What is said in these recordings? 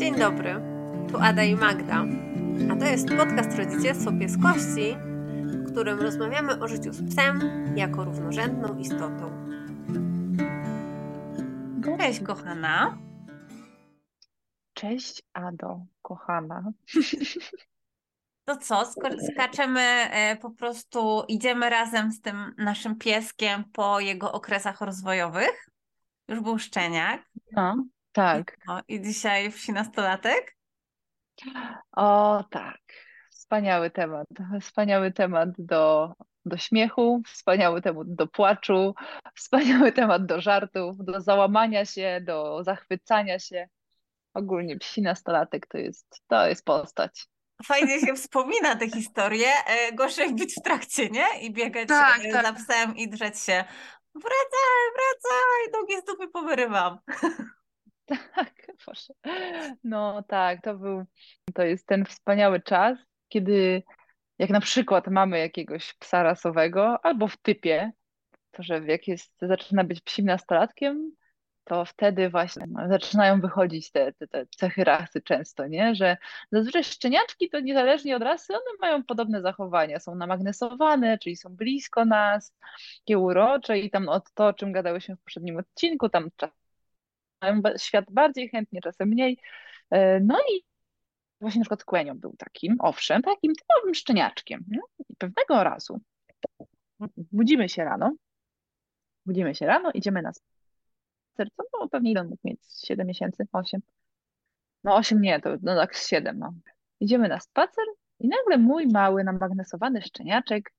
Dzień dobry, tu Ada i Magda, a to jest podcast Rodzicielstwo Pieskości, w którym rozmawiamy o życiu z psem jako równorzędną istotą. Cześć, kochana. Cześć, Ado, kochana. To co, skaczemy, po prostu idziemy razem z tym naszym pieskiem po jego okresach rozwojowych. Już był szczeniak. No, tak. I dzisiaj wsi-nastolatek. O, tak. Wspaniały temat. Wspaniały temat do śmiechu, wspaniały temat do płaczu, wspaniały temat do żartów, do załamania się, do zachwycania się. Ogólnie psi nastolatek to jest postać. Fajnie się wspomina te historie. Gorzej być w trakcie, nie? I biegać Tak, tak. za psem i drzeć się. Wracaj, wracaj, nogi z dupy powyrywam. Tak, Boże. No tak, to jest ten wspaniały czas, kiedy jak na przykład mamy jakiegoś psa rasowego albo w typie, to że jak zaczyna być psim nastolatkiem, to wtedy właśnie zaczynają wychodzić te cechy rasy często, nie? Że zazwyczaj szczeniaczki to niezależnie od rasy, one mają podobne zachowania, są namagnesowane, czyli są blisko nas, takie urocze i tam od to, o czym gadałyśmy w poprzednim odcinku, tam czasem mają świat bardziej chętnie, czasem mniej. No i właśnie na przykład Kłenią był takim, owszem, takim typowym szczeniaczkiem. Nie? I pewnego razu budzimy się rano, idziemy na spacer, co no, pewnie ile on mógł mieć? 7 miesięcy? 8? No 8 nie, to no tak z 7, no. Idziemy na spacer i nagle mój mały, namagnesowany szczeniaczek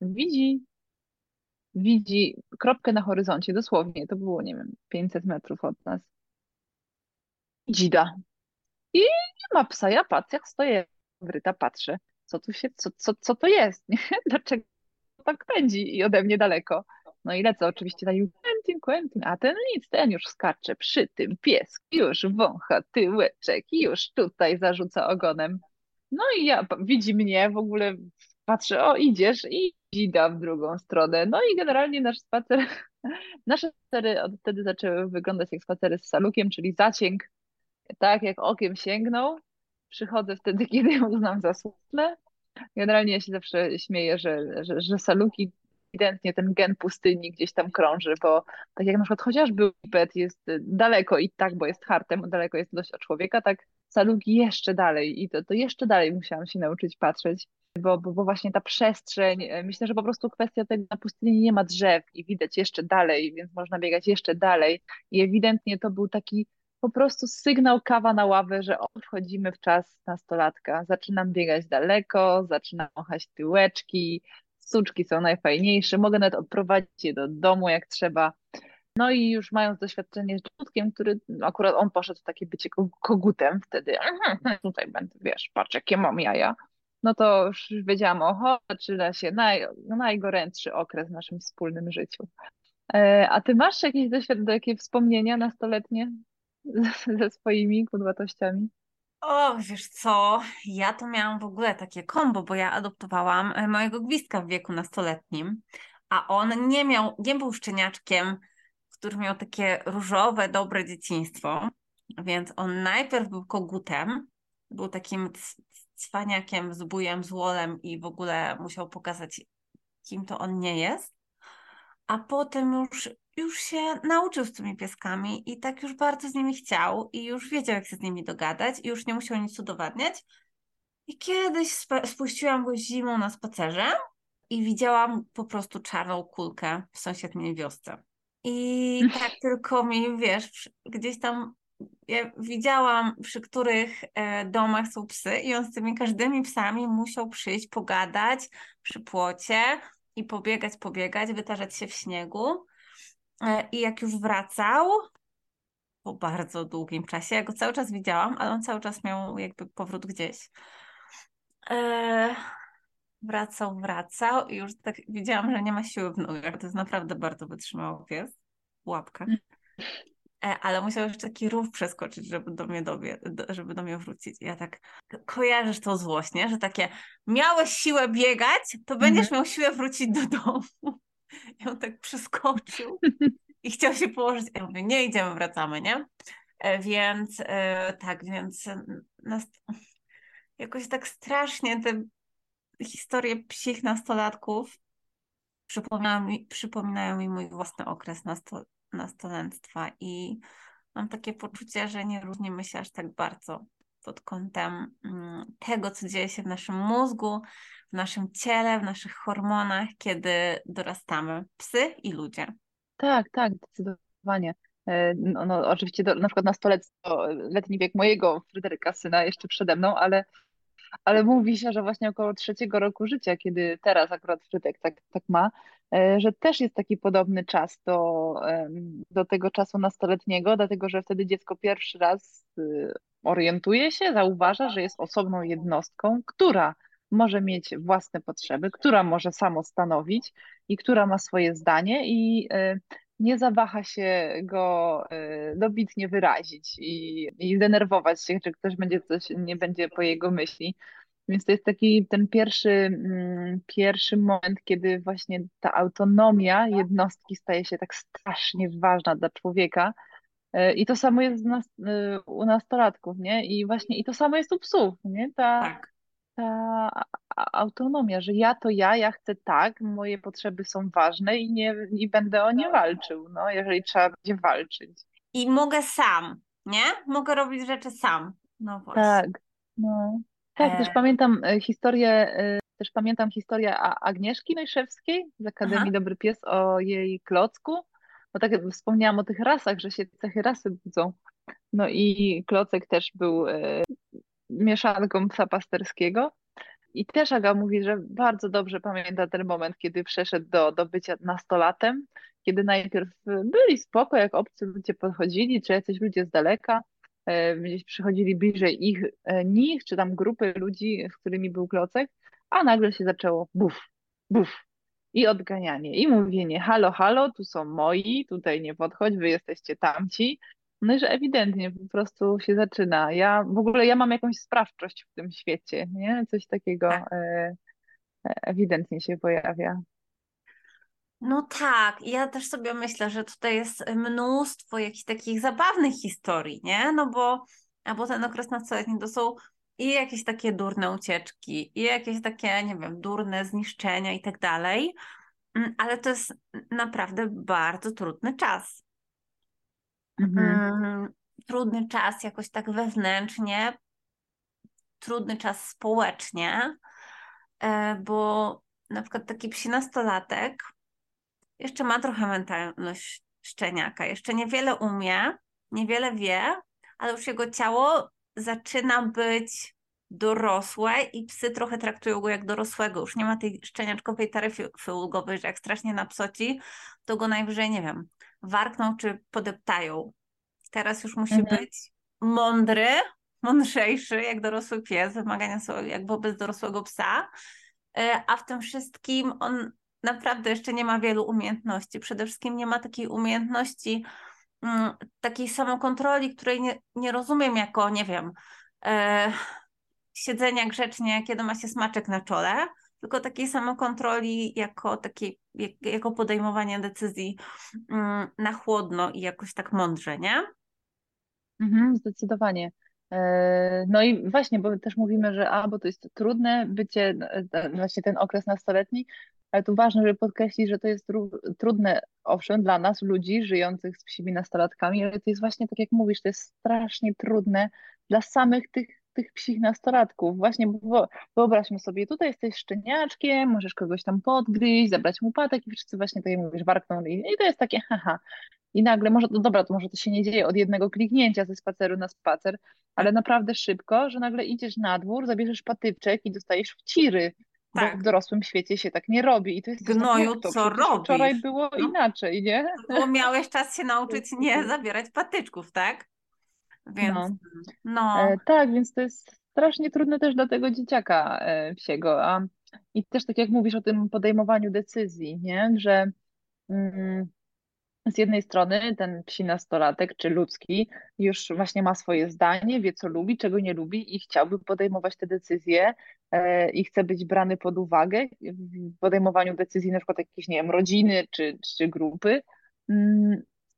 widzi kropkę na horyzoncie, dosłownie, to było, nie wiem, 500 metrów od nas. Dzida. I nie ma psa, ja patrzę, jak stoję wryta, patrzę, co tu się, co to jest, nie? Dlaczego tak pędzi i ode mnie daleko. No i lecę oczywiście na Quentin, a ten nic, ten już skacze przy tym, pies już wącha tyłeczek i już tutaj zarzuca ogonem. No i widzi mnie, w ogóle patrzy, o idziesz i dzida w drugą stronę. No i generalnie nasze spacery od wtedy zaczęły wyglądać jak spacery z Salukiem, czyli zasięg, tak jak okiem sięgnął. Przychodzę wtedy, kiedy uznam za słuszne. Generalnie ja się zawsze śmieję, że Saluki ewidentnie ten gen pustyni gdzieś tam krąży, bo tak jak na przykład chociażby Pet jest daleko i tak, bo jest hartem, daleko jest dość od człowieka, tak Saluki jeszcze dalej i to jeszcze dalej musiałam się nauczyć patrzeć, bo właśnie ta przestrzeń, myślę, że po prostu kwestia tego, na pustyni nie ma drzew i widać jeszcze dalej, więc można biegać jeszcze dalej i ewidentnie to był taki po prostu sygnał kawa na ławę, że wchodzimy w czas nastolatka. Zaczynam biegać daleko, zaczynam machać tyłeczki, suczki są najfajniejsze, mogę nawet odprowadzić je do domu jak trzeba. No i już mając doświadczenie z Dżutkiem, który akurat on poszedł w takie bycie kogutem wtedy, tutaj będę, wiesz, patrz jakie mam jaja. No to już wiedziałam, oho, zaczyna się najgorętszy okres w naszym wspólnym życiu. A ty masz jakieś takie wspomnienia nastoletnie ze swoimi kudłatościami? O, wiesz co, ja to miałam w ogóle takie kombo, bo ja adoptowałam mojego gwizdka w wieku nastoletnim, a on nie był szczeniaczkiem, który miał takie różowe, dobre dzieciństwo, więc on najpierw był kogutem, był takim cwaniakiem, z bujem, z wolem i w ogóle musiał pokazać, kim to on nie jest, a potem już się nauczył z tymi pieskami i tak już bardzo z nimi chciał i już wiedział, jak się z nimi dogadać i już nie musiał nic udowadniać. I kiedyś spuściłam go zimą na spacerze i widziałam po prostu czarną kulkę w sąsiedniej wiosce. I tak tylko mi, wiesz, gdzieś tam ja widziałam, przy których domach są psy i on z tymi każdymi psami musiał przyjść, pogadać przy płocie i pobiegać, wytarzać się w śniegu. I jak już wracał, po bardzo długim czasie, ja go cały czas widziałam, ale on cały czas miał jakby powrót gdzieś. E, wracał i już tak widziałam, że nie ma siły w nogach. To jest naprawdę bardzo wytrzymały pies w łapkach. Ale musiał jeszcze taki rów przeskoczyć, żeby do mnie wrócić. Ja tak kojarzysz tą złość, nie? Że takie miałeś siłę biegać, to będziesz miał siłę wrócić do domu. I on tak przeskoczył i chciał się położyć. Ja mówię, nie idziemy, wracamy, nie? Więc nas, jakoś tak strasznie te historie psich nastolatków przypominają mi mój własny okres nastolenstwa i mam takie poczucie, że nie różnimy się aż tak bardzo pod kątem tego, co dzieje się w naszym mózgu, w naszym ciele, w naszych hormonach, kiedy dorastamy. Psy i ludzie. Tak, tak, zdecydowanie. No, oczywiście na przykład nastoletni wiek mojego Fryderyka syna jeszcze przede mną, ale mówi się, że właśnie około 3. roku życia, kiedy teraz akurat Frydek tak ma, że też jest taki podobny czas do tego czasu nastoletniego, dlatego że wtedy dziecko pierwszy raz orientuje się, zauważa, że jest osobną jednostką, która może mieć własne potrzeby, która może samostanowić i która ma swoje zdanie i nie zawaha się go dobitnie wyrazić i zdenerwować się, czy ktoś będzie coś, nie będzie po jego myśli. Więc to jest taki ten pierwszy moment, kiedy właśnie ta autonomia jednostki staje się tak strasznie ważna dla człowieka. I to samo jest u nastolatków, nie? I właśnie i to samo jest u psów, nie? Tak. Ta autonomia, że ja to ja chcę tak, moje potrzeby są ważne i będę o nie walczył, no, jeżeli trzeba będzie walczyć. I mogę sam, nie? Mogę robić rzeczy sam. No właśnie. Tak, no. Tak, E, też pamiętam historię Agnieszki Najszewskiej z Akademii aha. Dobry Pies o jej klocku. Bo tak jak wspomniałam o tych rasach, że się cechy rasy budzą. No i klocek też był mieszanką psa pasterskiego. I też Aga mówi, że bardzo dobrze pamięta ten moment, kiedy przeszedł do bycia nastolatem, kiedy najpierw byli spoko, jak obcy ludzie podchodzili, czy jacyś ludzie z daleka, gdzieś przychodzili bliżej nich, czy tam grupy ludzi, z którymi był klocek, a nagle się zaczęło buf, buf i odganianie i mówienie halo, halo, tu są moi, tutaj nie podchodź, wy jesteście tamci. No i że ewidentnie po prostu się zaczyna. Ja mam jakąś sprawczość w tym świecie, nie? Coś takiego Tak. ewidentnie się pojawia. No tak, ja też sobie myślę, że tutaj jest mnóstwo jakichś takich zabawnych historii, nie? Bo ten okres nastoletni to są i jakieś takie durne ucieczki, i jakieś takie, nie wiem, durne zniszczenia i tak dalej, ale to jest naprawdę bardzo trudny czas. Mhm, Mm, Trudny czas jakoś tak wewnętrznie, trudny czas społecznie, bo na przykład taki psi nastolatek jeszcze ma trochę mentalność szczeniaka. Jeszcze niewiele umie, niewiele wie, ale już jego ciało zaczyna być dorosłe i psy trochę traktują go jak dorosłego. Już nie ma tej szczeniaczkowej taryfy ulgowej, że jak strasznie napsoci, to go najwyżej, nie wiem, warkną czy podeptają. Teraz już musi mhm, być mądry, mądrzejszy, jak dorosły pies, wymagania są jak wobec dorosłego psa, a w tym wszystkim on naprawdę jeszcze nie ma wielu umiejętności. Przede wszystkim nie ma takiej umiejętności, takiej samokontroli, której nie rozumiem jako, nie wiem, e, siedzenia grzecznie, kiedy ma się smaczek na czole, tylko takiej samokontroli jako podejmowania decyzji na chłodno i jakoś tak mądrze, nie? zdecydowanie. No i właśnie, bo też mówimy, że bo to jest trudne bycie, właśnie ten okres nastoletni, ale tu ważne, żeby podkreślić, że to jest trudne, owszem, dla nas, ludzi żyjących z psimi nastolatkami, ale to jest właśnie, tak jak mówisz, to jest strasznie trudne dla samych tych psich nastolatków. Właśnie, bo wyobraźmy sobie, tutaj jesteś szczeniaczkiem, możesz kogoś tam podgryźć, zabrać mu patek i wszyscy właśnie, tak jak mówisz, warkną i to jest takie haha. I nagle może, no dobra, to może to się nie dzieje od jednego kliknięcia ze spaceru na spacer, ale Tak, naprawdę szybko, że nagle idziesz na dwór, zabierzesz patyczek i dostajesz wciry, bo w tak. dorosłym świecie się tak nie robi. I to jesteś tak, jak Gnoju, to? co Przecież wczoraj robisz? było No, inaczej, nie? bo miałeś czas się nauczyć nie zabierać patyczków, tak? Więc No, no, tak, więc to jest strasznie trudne też dla tego dzieciaka psiego. I też tak jak mówisz o tym podejmowaniu decyzji, nie? Że mm, z jednej strony ten psi nastolatek czy ludzki już właśnie ma swoje zdanie, wie co lubi, czego nie lubi i chciałby podejmować te decyzje i chce być brany pod uwagę w podejmowaniu decyzji na przykład jakiejś, nie wiem, rodziny czy grupy. Mm,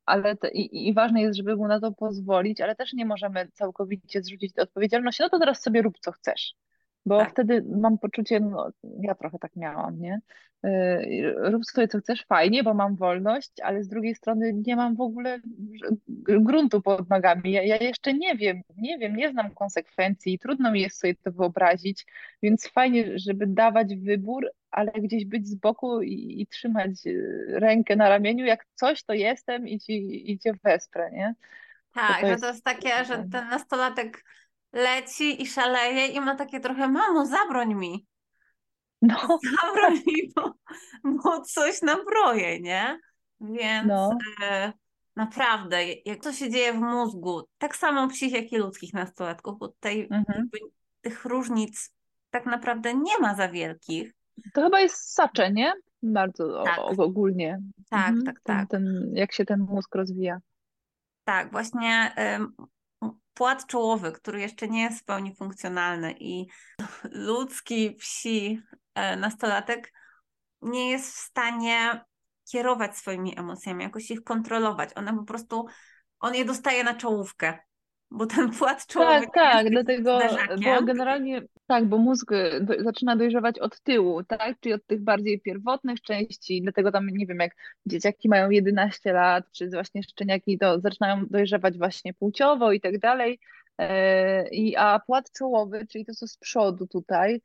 i ważne jest, żeby mu na to pozwolić, ale też nie możemy całkowicie zrzucić tej odpowiedzialności. No to teraz sobie rób, co chcesz. Bo Tak. wtedy mam poczucie, no ja trochę tak miałam, nie? Rób sobie, co chcesz, fajnie, bo mam wolność, ale z drugiej strony nie mam w ogóle gruntu pod nogami. Ja jeszcze nie wiem, nie znam konsekwencji, trudno mi jest sobie to wyobrazić, więc fajnie, żeby dawać wybór, ale gdzieś być z boku i trzymać rękę na ramieniu, jak coś, to jestem i cię wesprę, nie? To Tak, że to jest jest takie, że ten nastolatek leci i szaleje i ma takie trochę, mamo, zabroń mi. no, Zabroń mi, bo coś nabroję, nie? Więc no, naprawdę, jak to się dzieje w mózgu, tak samo psich, jak i ludzkich nastolatków, bo tutaj mhm. jakby tych różnic tak naprawdę nie ma za wielkich. To chyba jest sacze, nie? Bardzo Tak, ogólnie. tak, tak, tak. Jak się ten mózg rozwija. Tak, właśnie płat czołowy, który jeszcze nie jest w pełni funkcjonalny i ludzki psi nastolatek nie jest w stanie kierować swoimi emocjami, jakoś ich kontrolować. On je dostaje na czołówkę, bo ten płat czołowy Tak, nie jest tak, takim dlatego, bo zderzakiem. generalnie, tak, bo mózg zaczyna dojrzewać od tyłu, tak, czyli od tych bardziej pierwotnych części, dlatego tam, nie wiem, jak dzieciaki mają 11 lat, czy właśnie szczeniaki, to zaczynają dojrzewać właśnie płciowo i tak dalej, a płat czołowy, czyli to, co z przodu tutaj,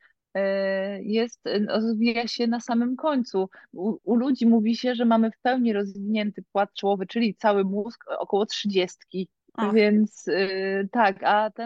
rozwija się na samym końcu. U ludzi mówi się, że mamy w pełni rozwinięty płat czołowy, czyli cały mózg około 30. Och, Więc tak,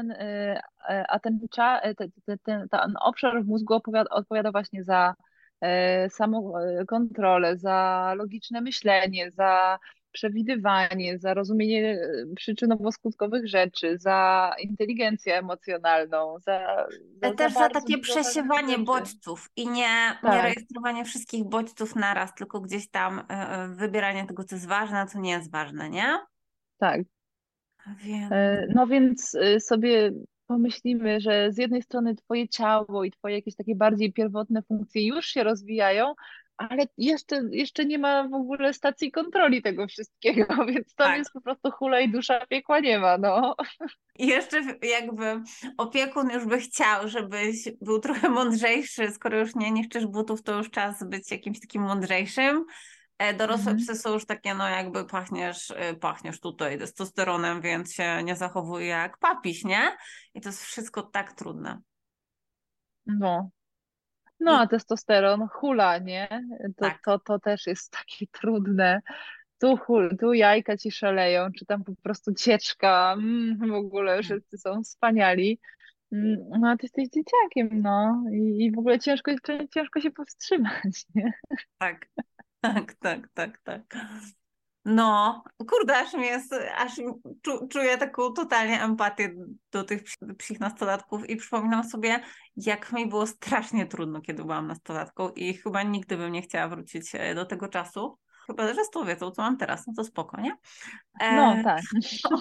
ten obszar w mózgu odpowiada właśnie za samokontrolę, za logiczne myślenie, za przewidywanie, za rozumienie przyczynowo-skutkowych rzeczy, za inteligencję emocjonalną, za też za bardzo takie dużo ważnych przesiewanie rzeczy. bodźców i nie Tak, rejestrowanie wszystkich bodźców naraz, tylko gdzieś tam wybieranie tego, co jest ważne, a co nie jest ważne, nie? tak. Więc No więc sobie pomyślimy, że z jednej strony twoje ciało i twoje jakieś takie bardziej pierwotne funkcje już się rozwijają, ale jeszcze nie ma w ogóle stacji kontroli tego wszystkiego, więc tam tak. jest po prostu hula i dusza, piekła nie ma, no. I jeszcze jakby opiekun już by chciał, żebyś był trochę mądrzejszy, skoro już nie niszczysz butów, to już czas być jakimś takim mądrzejszym. Dorosłe Mhm. psy są już takie, no jakby pachniesz tutaj testosteronem, więc się nie zachowuj jak papiś, nie? I to jest wszystko tak trudne. No. No, I a testosteron hula, nie? To, tak. to, to też jest takie trudne. Tu jajka ci szaleją, czy tam po prostu cieczka, w ogóle wszyscy są wspaniali. No, a ty jesteś dzieciakiem, no. I w ogóle ciężko się powstrzymać, nie? Tak, tak, tak, tak, tak. No, kurde, czuję taką totalnie empatię do tych psich nastolatków i przypominam sobie, jak mi było strasznie trudno, kiedy byłam nastolatką i chyba nigdy bym nie chciała wrócić do tego czasu. Chyba, że z tą wiedzą, co mam teraz, no to spoko, nie? No, E, tak.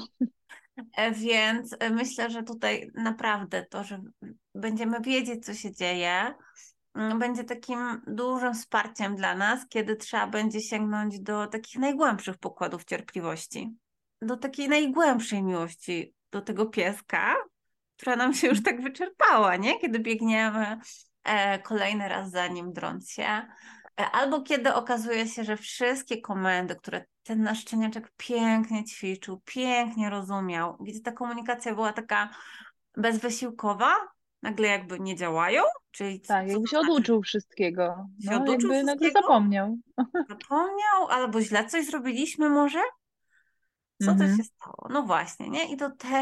więc myślę, że tutaj naprawdę to, że będziemy wiedzieć, co się dzieje, będzie takim dużym wsparciem dla nas, kiedy trzeba będzie sięgnąć do takich najgłębszych pokładów cierpliwości, do takiej najgłębszej miłości do tego pieska, która nam się już tak wyczerpała, nie? Kiedy biegniemy kolejny raz za nim, drąc się. Albo kiedy okazuje się, że wszystkie komendy, które ten nasz szczeniaczek pięknie ćwiczył, pięknie rozumiał, gdzie ta komunikacja była taka bezwysiłkowa, nagle jakby nie działają, czyli Tak, co jakby to się znaczy? oduczył wszystkiego. Się No, oduczył jakby nagle wszystkiego? zapomniał. Zapomniał? Albo źle coś zrobiliśmy może? Co to się Mhm, stało? No właśnie, nie? I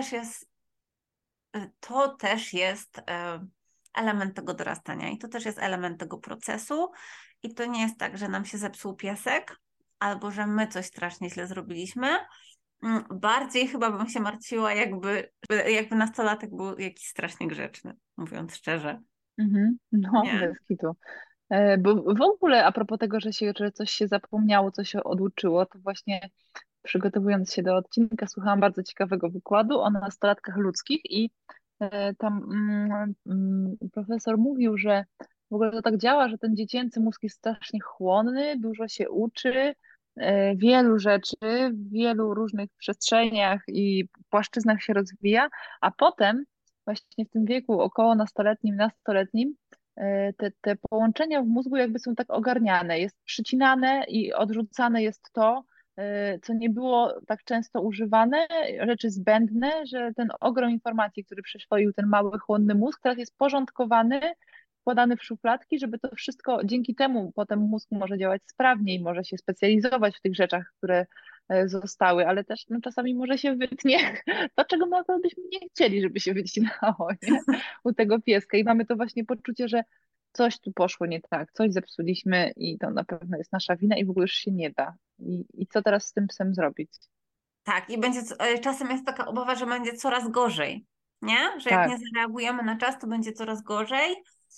to też jest element tego dorastania i to też jest element tego procesu i to nie jest tak, że nam się zepsuł piesek albo że my coś strasznie źle zrobiliśmy. Bardziej chyba bym się martwiła, jakby nastolatek był jakiś strasznie grzeczny, mówiąc szczerze. no, Nie? bez kitu. Bo w ogóle a propos tego, że coś się zapomniało, coś się oduczyło, to właśnie przygotowując się do odcinka, słuchałam bardzo ciekawego wykładu o nastolatkach ludzkich i tam profesor mówił, że w ogóle to tak działa, że ten dziecięcy mózg jest strasznie chłonny, dużo się uczy, wielu rzeczy, w wielu różnych przestrzeniach i płaszczyznach się rozwija, a potem właśnie w tym wieku około nastoletnim, te połączenia w mózgu jakby są tak ogarniane, jest przycinane i odrzucane jest to, co nie było tak często używane, rzeczy zbędne, że ten ogrom informacji, który przyswoił ten mały, chłonny mózg, teraz jest porządkowany, wkładany w szufladki, żeby to wszystko, dzięki temu potem mózg może działać sprawniej, może się specjalizować w tych rzeczach, które zostały, ale też no, czasami może się wytnie to, czego nawet byśmy nie chcieli, żeby się wycinało, nie? U tego pieska. I mamy to właśnie poczucie, że coś tu poszło nie tak, coś zepsuliśmy i to na pewno jest nasza wina i w ogóle już się nie da. I co teraz z tym psem zrobić? Tak, i będzie czasem jest taka obawa, że będzie coraz gorzej, nie? Że jak Tak. nie zareagujemy na czas, to będzie coraz gorzej.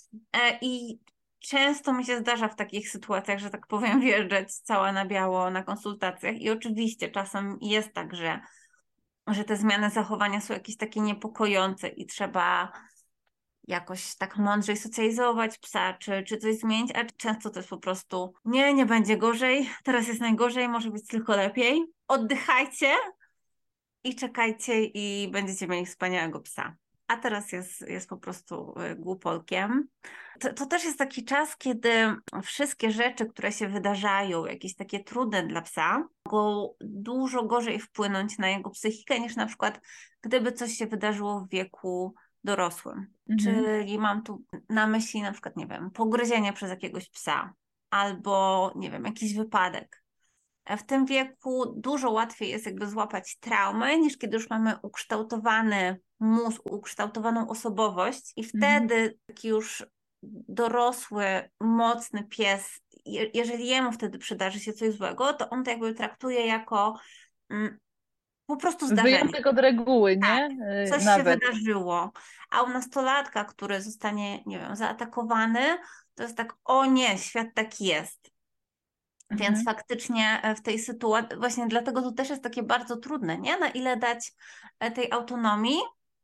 I często mi się zdarza w takich sytuacjach, że tak powiem, wjeżdżać cała na biało na konsultacjach. I oczywiście czasem jest tak, że te zmiany zachowania są jakieś takie niepokojące i trzeba jakoś tak mądrzej socjalizować psa, czy coś zmienić, a często to jest po prostu nie będzie gorzej, teraz jest najgorzej, może być tylko lepiej. Oddychajcie i czekajcie i będziecie mieli wspaniałego psa. A teraz jest po prostu głupolkiem. To też jest taki czas, kiedy wszystkie rzeczy, które się wydarzają, jakieś takie trudne dla psa, mogą dużo gorzej wpłynąć na jego psychikę niż na przykład gdyby coś się wydarzyło w wieku dorosłym. Mhm. Czyli mam tu na myśli na przykład, nie wiem, pogryzienie przez jakiegoś psa albo, nie wiem, jakiś wypadek. W tym wieku dużo łatwiej jest jakby złapać traumę, niż kiedy już mamy ukształtowany mózg, ukształtowaną osobowość i Mhm. wtedy taki już dorosły, mocny pies, jeżeli jemu wtedy przydarzy się coś złego, to on to jakby traktuje jako mm, po prostu zdarzenie. Wyjątek od reguły, Tak, nie? coś się Nawet. wydarzyło. A u nastolatka, który zostanie, nie wiem, zaatakowany, to jest tak, o nie, świat taki jest. Więc Mhm. faktycznie w tej sytuacji, właśnie dlatego to też jest takie bardzo trudne, nie? Na ile dać tej autonomii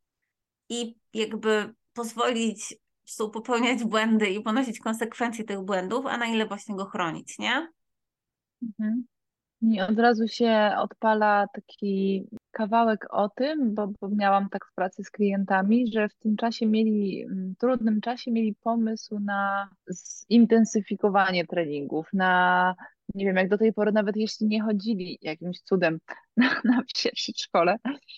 i jakby pozwolić psu popełniać błędy i ponosić konsekwencje tych błędów, a na ile właśnie go chronić, nie? Mhm. Mi od razu się odpala taki kawałek o tym, bo miałam tak w pracy z klientami, że w tym czasie mieli, trudnym czasie mieli pomysł na zintensyfikowanie treningów, na, nie wiem, jak do tej pory, nawet jeśli nie chodzili jakimś cudem na wsi przedszkole,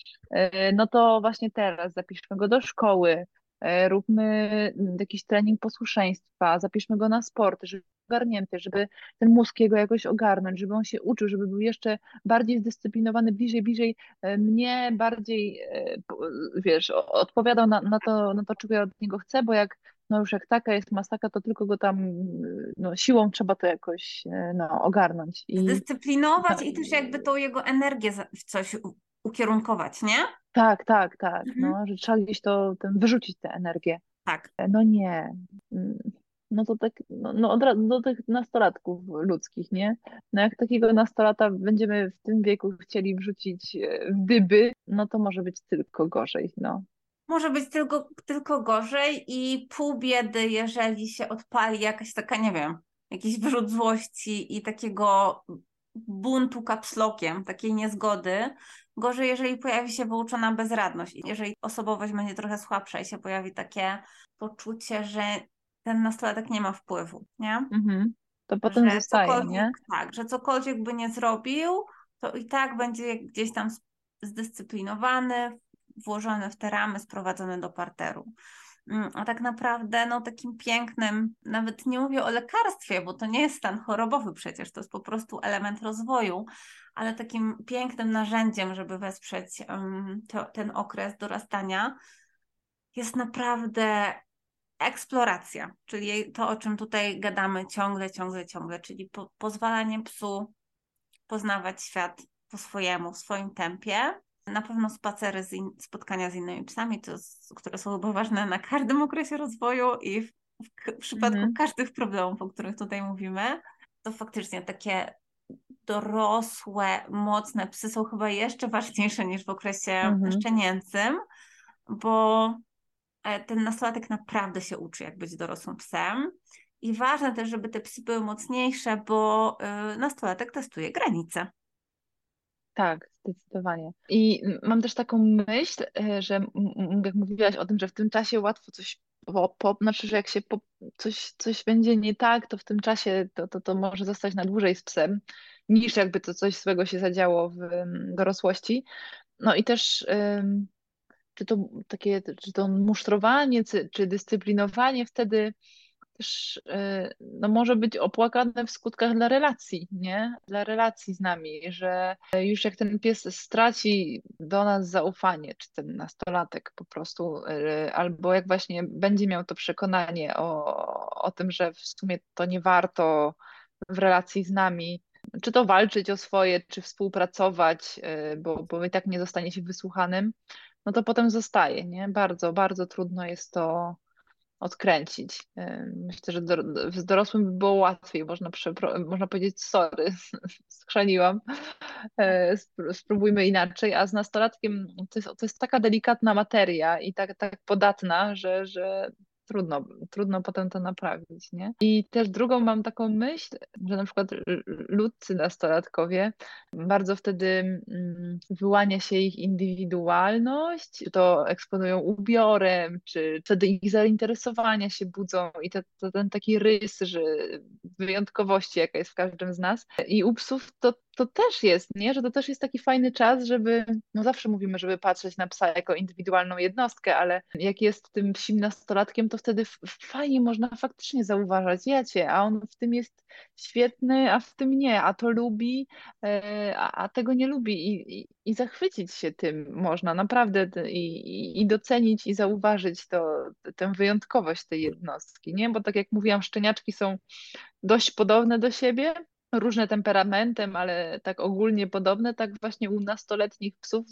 no to właśnie teraz zapiszmy go do szkoły, róbmy jakiś trening posłuszeństwa, zapiszmy go na sport, żeby był ogarnięty, żeby ten mózg jego jakoś ogarnąć, żeby on się uczył, żeby był jeszcze bardziej zdyscyplinowany, bliżej mnie, bardziej, wiesz, odpowiadał na to, czego ja od niego chcę, bo jak no już jak taka jest masaka, to tylko go tam no, siłą trzeba to jakoś no, ogarnąć. No, Zdyscyplinować i też jakby tą jego energię w coś ukierunkować, nie? tak, tak, tak, Mhm. no, że trzeba gdzieś wyrzucić tę energię. Tak. No nie. Mm, No to tak, no od razu do tych nastolatków ludzkich, nie? No jak takiego nastolata będziemy w tym wieku chcieli wrzucić w dyby, no to może być tylko gorzej, no. Może być tylko gorzej i pół biedy, jeżeli się odpali jakaś taka, nie wiem, jakiś wyrzut złości i takiego buntu kapslokiem, takiej niezgody. Gorzej, jeżeli pojawi się wyuczona bezradność, jeżeli osobowość będzie trochę słabsza i się pojawi takie poczucie, że ten nastolatek nie ma wpływu, nie? Mhm. To potem Że zostaje, cokolwiek, nie? tak, że cokolwiek by nie zrobił, to i tak będzie gdzieś tam zdyscyplinowany, włożony w te ramy, sprowadzony do parteru. A tak naprawdę, no takim pięknym, nawet nie mówię o lekarstwie, bo to nie jest stan chorobowy przecież, to jest po prostu element rozwoju, ale takim pięknym narzędziem, żeby wesprzeć ten okres dorastania, jest naprawdę eksploracja, czyli to, o czym tutaj gadamy ciągle, czyli pozwalanie psu poznawać świat po swojemu, w swoim tempie. Na pewno spacery, spotkania z innymi psami, które są chyba ważne na każdym okresie rozwoju i w przypadku Mhm. każdych problemów, o których tutaj mówimy, to faktycznie takie dorosłe, mocne psy są chyba jeszcze ważniejsze niż w okresie Mhm. szczenięcym, bo ten nastolatek naprawdę się uczy, jak być dorosłym psem I ważne też, żeby te psy były mocniejsze, bo nastolatek testuje granice. Tak, zdecydowanie. I mam też taką myśl, że jak mówiłaś o tym, że w tym czasie łatwo coś znaczy, że jak się coś będzie nie tak, to w tym czasie to może zostać na dłużej z psem, niż jakby to coś złego się zadziało w dorosłości. No i też czy to czy to musztrowanie, czy dyscyplinowanie wtedy też no, może być opłakane w skutkach dla relacji, nie? Dla relacji z nami, że już jak ten pies straci do nas zaufanie, czy ten nastolatek po prostu, albo jak właśnie będzie miał to przekonanie o tym, że w sumie to nie warto w relacji z nami, czy to walczyć o swoje, czy współpracować, bo i tak nie zostanie się wysłuchanym, no to potem zostaje, nie? Bardzo, bardzo trudno jest to odkręcić. Myślę, że z dorosłym by było łatwiej, można powiedzieć sorry, schrzaniłam, spróbujmy inaczej, a z nastolatkiem to jest taka delikatna materia i tak podatna, że trudno potem to naprawić, nie? I też drugą mam taką myśl, że na przykład ludcy nastolatkowie bardzo wtedy wyłania się ich indywidualność, czy to eksponują ubiorem, czy wtedy ich zainteresowania się budzą i ten taki rys, że wyjątkowości, jaka jest w każdym z nas. I u psów to też jest, nie? Że to też jest taki fajny czas, żeby, no zawsze mówimy, żeby patrzeć na psa jako indywidualną jednostkę, ale jak jest tym psim nastolatkiem, to wtedy fajnie można faktycznie zauważać, wiecie, a on w tym jest świetny, a w tym nie, a to lubi, a tego nie lubi i zachwycić się tym można naprawdę i docenić i zauważyć tę wyjątkowość tej jednostki, nie? Bo tak jak mówiłam, szczeniaczki są dość podobne do siebie, różne temperamentem, ale tak ogólnie podobne, tak właśnie u nastoletnich psów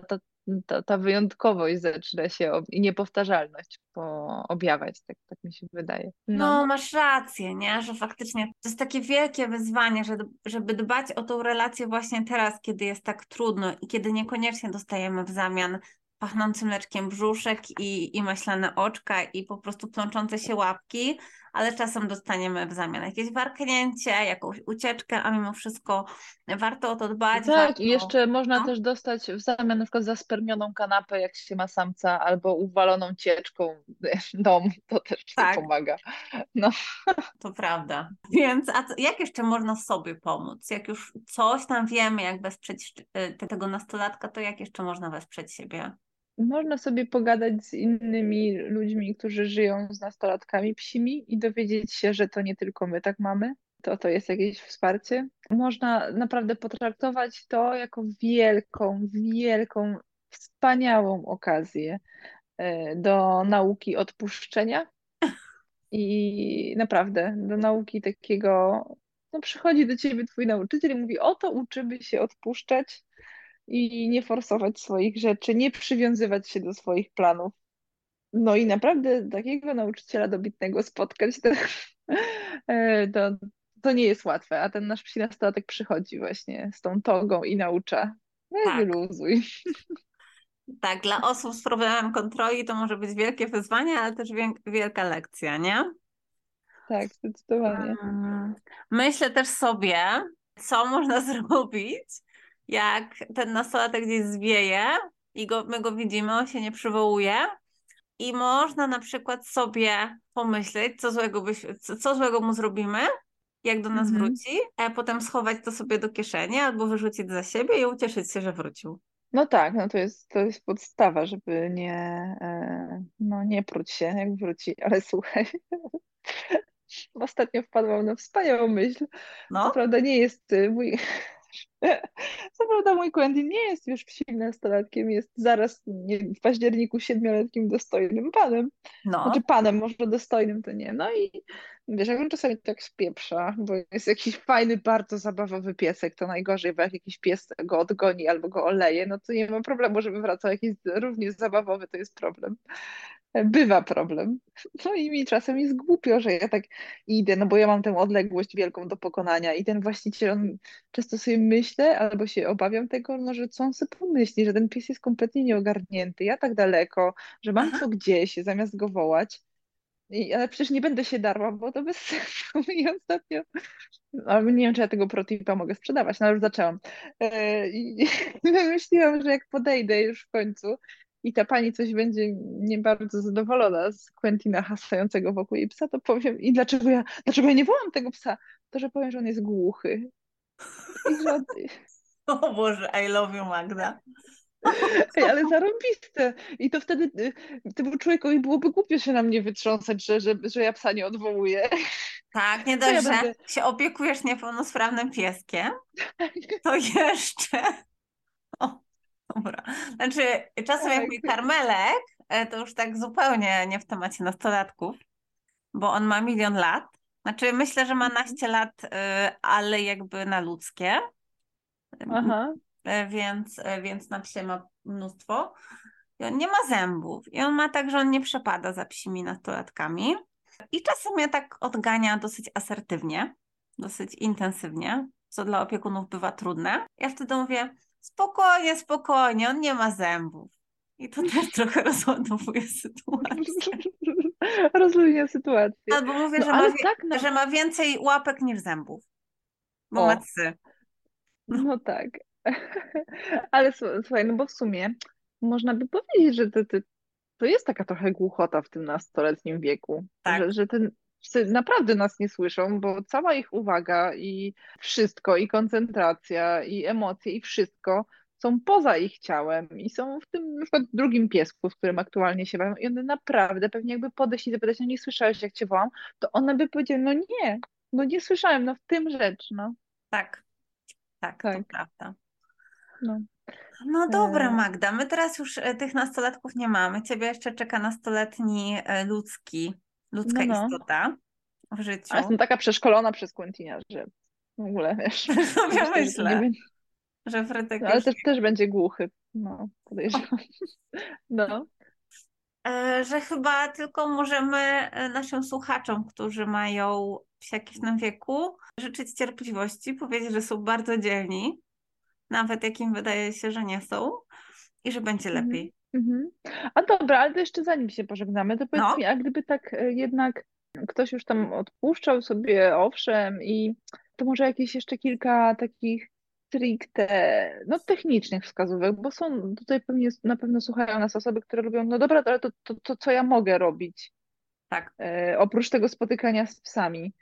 ta wyjątkowość zaczyna się i niepowtarzalność objawiać, tak mi się wydaje. No, No, masz rację, nie? Że faktycznie to jest takie wielkie wyzwanie, żeby dbać o tą relację właśnie teraz, kiedy jest tak trudno i kiedy niekoniecznie dostajemy w zamian pachnący mleczkiem brzuszek i maślane oczka i po prostu plączące się łapki, ale czasem dostaniemy w zamian jakieś warknięcie, jakąś ucieczkę, a mimo wszystko warto o to dbać, tak, i warto. jeszcze można No, też dostać w zamian na przykład za spermioną kanapę, jak się ma samca, albo uwaloną cieczką dom, to też tak. pomaga. No. To prawda. Więc jak jeszcze można sobie pomóc? Jak już coś tam wiemy, jak wesprzeć tego nastolatka, to jak jeszcze można wesprzeć siebie? Można sobie pogadać z innymi ludźmi, którzy żyją z nastolatkami psimi i dowiedzieć się, że to nie tylko my tak mamy. To jest jakieś wsparcie. Można naprawdę potraktować to jako wielką, wielką, wspaniałą okazję do nauki odpuszczenia i naprawdę do nauki takiego, no przychodzi do ciebie twój nauczyciel i mówi, oto uczymy się odpuszczać i nie forsować swoich rzeczy, nie przywiązywać się do swoich planów. No i naprawdę takiego nauczyciela dobitnego spotkać, to, to nie jest łatwe, a ten nasz psi nastolatek przychodzi właśnie z tą togą i naucza. No Tak, wyluzuj. tak. Dla osób z problemem kontroli to może być wielkie wyzwanie, ale też wielka lekcja, nie? Tak, zdecydowanie. Mm, Myślę też sobie, co można zrobić, jak ten nastolatek gdzieś zwieje i my go widzimy, on się nie przywołuje. I można na przykład sobie pomyśleć, co złego mu zrobimy, jak do nas Mhm. wróci, a potem schować to sobie do kieszeni albo wyrzucić za siebie i ucieszyć się, że wrócił. No tak, no to jest podstawa, żeby no nie pruć się, jak wróci. Ale słuchaj, ostatnio wpadłam na wspaniałą myśl. Co No, prawda nie jest Co prawda mój Quentin nie jest już wsim nastolatkiem, jest zaraz w październiku siedmioletnim dostojnym panem. Znaczy no, panem, może dostojnym to nie. No i wiesz, jak on czasami tak spieprza, bo jest jakiś fajny, bardzo zabawowy piesek, to najgorzej, bo jak jakiś pies go odgoni albo go oleje, no to nie ma problemu, żeby wracał jakiś równie zabawowy, to jest problem. Bywa problem. No i mi czasem jest głupio, że ja tak idę, no bo ja mam tę odległość wielką do pokonania i ten właściciel, on często sobie myślę, albo się obawiam tego, no, że co on sobie pomyśli, że ten pies jest kompletnie nieogarnięty, ja tak daleko, że mam aha, co gdzieś, zamiast go wołać. Ale przecież nie będę się darła, bo to bez sensu. I ostatnio, ale nie wiem, czy ja tego protipa mogę sprzedawać, no ale już zaczęłam. I wymyśliłam, że jak podejdę już w końcu i ta pani coś będzie nie bardzo zadowolona z Quentina hasającego wokół jej psa, to powiem, i dlaczego ja nie wołam tego psa? To, że powiem, że on jest głuchy. I że on, O Boże, I love you, Magda. ej, ale zarąbiste. I to wtedy temu człowiekowi byłoby głupio się na mnie wytrząsać, że ja psa nie odwołuję. Tak, nie To ja dość, że będę. się opiekujesz niepełnosprawnym pieskiem, to jeszcze... O, dobra. Znaczy, czasem jak mój Tak. karmelek, to już tak zupełnie nie w temacie nastolatków, bo on ma 1 000 000 lat. Znaczy, myślę, że ma Mhm. naście lat, ale jakby na ludzkie, Aha. więc na psie ma mnóstwo. I on nie ma zębów. I on ma tak, że on nie przepada za psimi nastolatkami. I czasem mnie tak odgania dosyć asertywnie, dosyć intensywnie, co dla opiekunów bywa trudne. Ja wtedy mówię, spokojnie, spokojnie, on nie ma zębów. I to też trochę rozładowuje sytuację. Rozluźnia sytuację. Albo mówię, No że ale tak na. że ma więcej łapek niż zębów, bo ma O, 3. No, no tak. Ale słuchaj, no bo w sumie można by powiedzieć, że to jest taka trochę głuchota w tym nastoletnim wieku, tak, że ten psy naprawdę nas nie słyszą, bo cała ich uwaga i wszystko, i koncentracja, i emocje, i wszystko są poza ich ciałem i są w tym na przykład drugim piesku, z którym aktualnie się bawią i one naprawdę pewnie jakby podejść i zapytać, no nie słyszałeś jak cię wołam, to one by powiedziały, no nie słyszałem, no w tym rzecz, no tak, tak, to tak, prawda. no. No dobra, E, Magda, my teraz już tych nastolatków nie mamy. Ciebie jeszcze czeka nastoletni ludzka no. istota w A życiu. jestem taka przeszkolona przez Quentina, że w ogóle, wiesz, Sobie myślę, że to nie myślę, będzie, że Frytek no, ale już też będzie głuchy, no, podejrzewam. No, że chyba tylko możemy naszym słuchaczom, którzy mają psiaki w tym wieku, życzyć cierpliwości, powiedzieć, że są bardzo dzielni, nawet jak im wydaje się, że nie są i że będzie mhm, lepiej. mhm. A dobra, ale to jeszcze zanim się pożegnamy, to powiedz mi, No, a gdyby tak jednak ktoś już tam odpuszczał sobie, owszem, i to może jakieś jeszcze kilka takich stricte, no technicznych wskazówek, bo są tutaj pewnie, na pewno słuchają nas osoby, które robią, no dobra, ale to co ja mogę robić? tak. Oprócz tego spotykania z psami,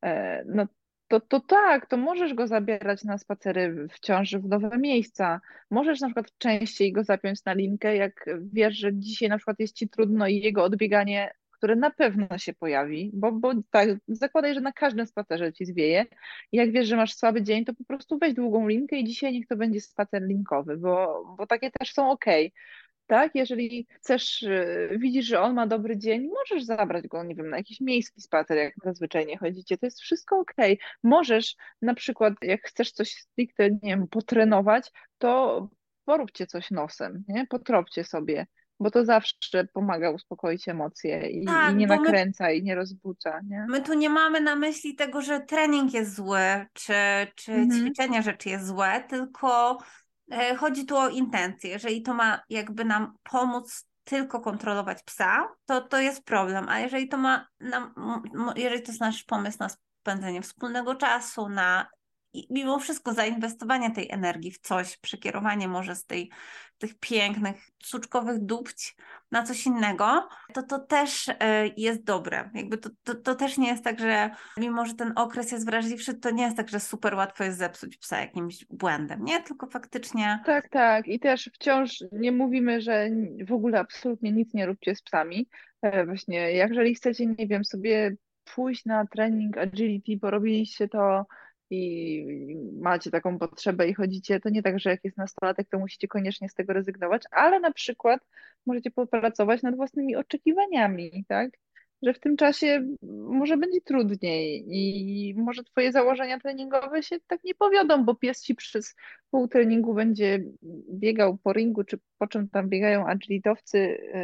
no to tak, to możesz go zabierać na spacery w ciąży w nowe miejsca. Możesz na przykład częściej go zapiąć na linkę, jak wiesz, że dzisiaj na przykład jest ci trudno i jego odbieganie, które na pewno się pojawi, bo tak, zakładaj, że na każdym spacerze ci zwieje. I jak wiesz, że masz słaby dzień, to po prostu weź długą linkę i dzisiaj niech to będzie spacer linkowy, bo takie też są ok. Tak, jeżeli chcesz, widzisz, że on ma dobry dzień, możesz zabrać go, nie wiem, na jakiś miejski spacer, jak zazwyczaj nie chodzicie, to jest wszystko okej. Możesz na przykład, jak chcesz coś stricte, nie wiem, potrenować, to poróbcie coś nosem, nie? Potropcie sobie, bo to zawsze pomaga uspokoić emocje i Tak, nie bo nakręca i nie rozbudza, nie? my tu nie mamy na myśli tego, że trening jest zły, czy Mhm, ćwiczenie rzeczy jest złe, tylko chodzi tu o intencje. Jeżeli to ma jakby nam pomóc tylko kontrolować psa, to jest problem. A jeżeli to ma nam, jeżeli to jest nasz pomysł na spędzenie wspólnego czasu, na i mimo wszystko zainwestowanie tej energii w coś, przekierowanie może tych pięknych, suczkowych dupć na coś innego, to też jest dobre. Jakby to też nie jest tak, że mimo, że ten okres jest wrażliwszy, to nie jest tak, że super łatwo jest zepsuć psa jakimś błędem, nie? Tylko faktycznie tak, tak. I też wciąż nie mówimy, że w ogóle absolutnie nic nie róbcie z psami. Właśnie, jeżeli chcecie, nie wiem, sobie pójść na trening agility, bo robiliście to i macie taką potrzebę i chodzicie, to nie tak, że jak jest nastolatek, to musicie koniecznie z tego rezygnować, ale na przykład możecie popracować nad własnymi oczekiwaniami, tak? Że w tym czasie może będzie trudniej i może twoje założenia treningowe się tak nie powiodą, bo pies ci przez pół treningu będzie biegał po ringu, czy po czym tam biegają agilitowcy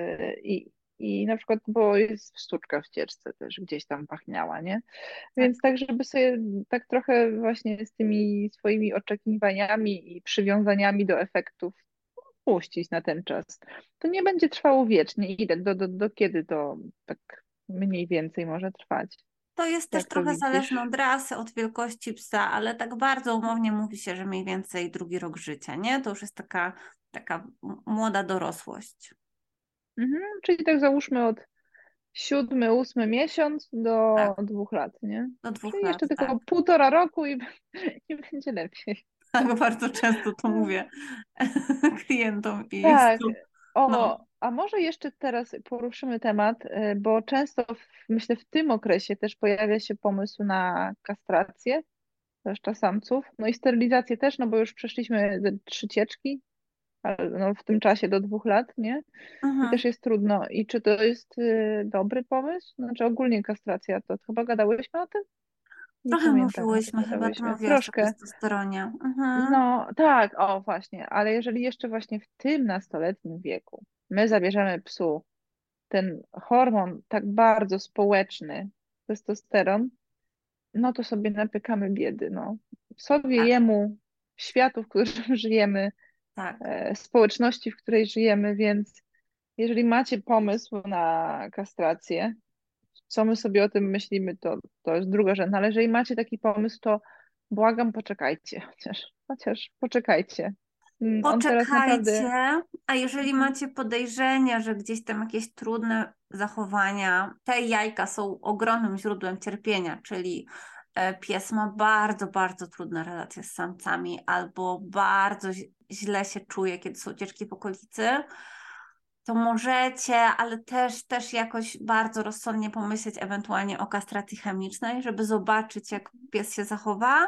i na przykład, bo jest sztuczka w ścieżce też gdzieś tam pachniała, nie? tak. Więc tak, żeby sobie tak trochę właśnie z tymi swoimi oczekiwaniami i przywiązaniami do efektów puścić na ten czas. To nie będzie trwało wiecznie. Ile? Do kiedy to tak mniej więcej może trwać? To jest też Jak to trochę zależne widzisz? od rasy, od wielkości psa, ale tak bardzo umownie mówi się, że mniej więcej drugi rok życia, nie? To już jest taka młoda dorosłość. Czyli tak załóżmy od 7, 8 miesiąc do Tak, 2 lat, nie? do 2 lat, Czyli jeszcze tak. tylko 1,5 roku i będzie lepiej. Tak, bardzo często to mówię klientom i jest Tak. to, no. A może jeszcze teraz poruszymy temat, bo często myślę w tym okresie też pojawia się pomysł na kastrację, zwłaszcza samców, no i sterylizację też, no bo już przeszliśmy 3 cieczki, no w tym czasie do 2 lat, nie? I Mhm. też jest trudno. I czy to jest dobry pomysł? Znaczy ogólnie kastracja, to chyba gadałyśmy o tym? Nie Trochę pamiętam, czy mówiłyśmy, chyba ty gadałyśmy. mówiłaś o Troszkę. testosteronie. Mhm. No tak, o właśnie, ale jeżeli jeszcze właśnie w tym nastoletnim wieku my zabierzemy psu ten hormon tak bardzo społeczny, testosteron, no to sobie napykamy biedy, no. Sobie, Tak, jemu, światu, w którym żyjemy, tak. społeczności, w której żyjemy, więc jeżeli macie pomysł na kastrację, co my sobie o tym myślimy, to jest druga rzecz, no ale jeżeli macie taki pomysł, to błagam, poczekajcie, chociaż poczekajcie. On teraz naprawdę... Poczekajcie, a jeżeli Mhm, macie podejrzenie, że gdzieś tam jakieś trudne zachowania, te jajka są ogromnym źródłem cierpienia, czyli pies ma bardzo, bardzo trudne relacje z samcami albo bardzo źle się czuje, kiedy są ucieczki w okolicy, to możecie, ale też jakoś bardzo rozsądnie pomyśleć ewentualnie o kastracji chemicznej, żeby zobaczyć, jak pies się zachowa.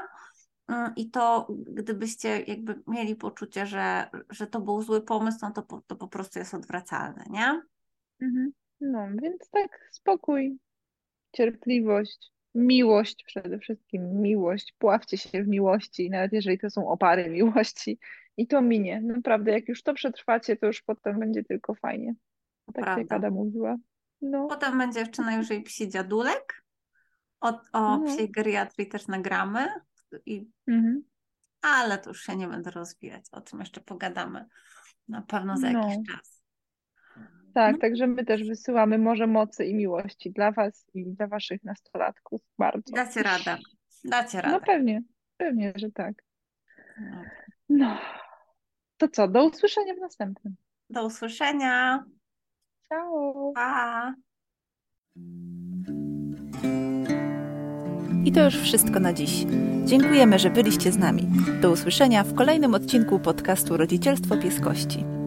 I to, gdybyście jakby mieli poczucie, że to był zły pomysł, no to po prostu jest odwracalne, nie? mhm. No, więc tak, spokój, cierpliwość, miłość przede wszystkim, miłość. Pławcie się w miłości, nawet jeżeli to są opary miłości. I to minie. Naprawdę, jak już to przetrwacie, to już potem będzie tylko fajnie. To Tak jak prawda. Ada mówiła. No, Potem będzie jeszcze najwyżej psi dziadulek. O no. psiej geriatrii też nagramy, i, Mhm. ale to już się nie będę rozwijać. O tym jeszcze pogadamy na pewno za jakiś No. czas. No, Tak, także my też wysyłamy morze mocy i miłości dla Was i dla Waszych nastolatków. Bardzo. dacie radę. Dacie No radę. pewnie, że tak. No. No, to co, do usłyszenia w następnym. Do usłyszenia. Ciao! Pa! I to już wszystko na dziś. Dziękujemy, że byliście z nami. Do usłyszenia w kolejnym odcinku podcastu Rodzicielstwo Pieskości.